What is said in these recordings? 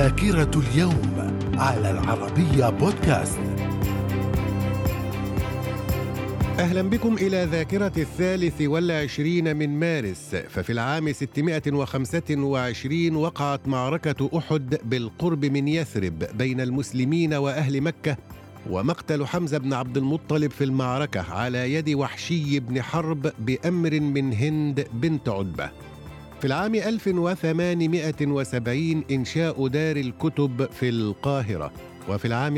ذاكرة اليوم على العربية بودكاست. أهلا بكم إلى ذاكرة 23 من مارس. ففي العام 625 وقعت معركة أحد بالقرب من يثرب بين المسلمين وأهل مكة، ومقتل حمزة بن عبد المطلب في المعركة على يد وحشي بن حرب بأمر من هند بنت عتبة. في العام 1870 إنشاء دار الكتب في القاهرة. وفي العام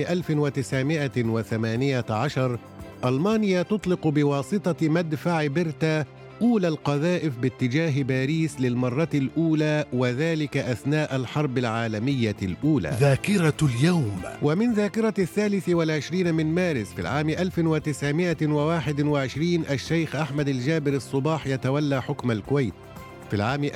1918 ألمانيا تطلق بواسطة مدفع بيرتا أولى القذائف باتجاه باريس للمرة الأولى، وذلك أثناء الحرب العالمية الأولى. ذاكرة اليوم. ومن ذاكرة 23 من مارس في العام 1921 الشيخ أحمد الجابر الصباح يتولى حكم الكويت. في العام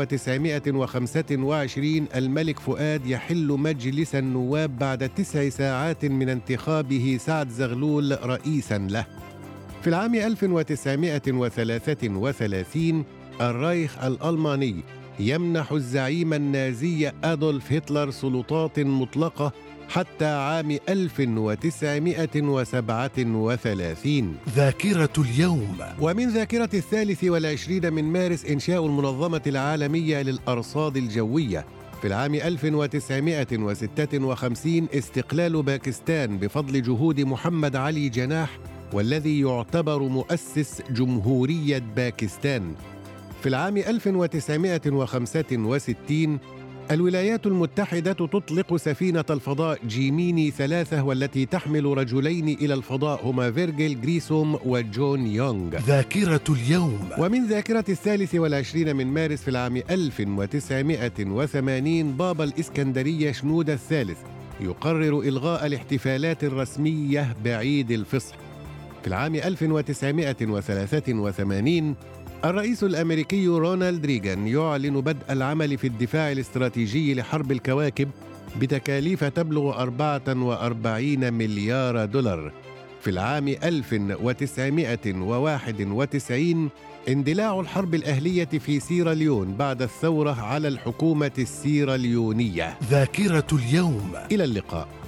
1925 الملك فؤاد يحل مجلس النواب بعد 9 ساعات من انتخابه سعد زغلول رئيساً له. في العام 1933 الرايخ الألماني يمنح الزعيم النازي أدولف هتلر سلطات مطلقة حتى عام 1937. ذاكرة اليوم. ومن ذاكرة 23 من مارس إنشاء المنظمة العالمية للأرصاد الجوية. في العام 1956 استقلال باكستان بفضل جهود محمد علي جناح، والذي يعتبر مؤسس جمهورية باكستان. في العام 1965 الولايات المتحدة تطلق سفينة الفضاء جيميني 3، والتي تحمل رجلين إلى الفضاء هما فيرجيل جريسوم وجون يونغ. ذاكرة اليوم. ومن ذاكرة 23 من مارس في العام 1980 بابا الإسكندرية شنودة الثالث يقرر إلغاء الاحتفالات الرسمية بعيد الفصح. في العام 1983 الرئيس الأمريكي رونالد ريغان يعلن بدء العمل في الدفاع الاستراتيجي لحرب الكواكب بتكاليف تبلغ 44 مليار دولار. في العام 1991 اندلاع الحرب الأهلية في سيراليون بعد الثورة على الحكومة السيراليونية. ذاكرة اليوم. إلى اللقاء.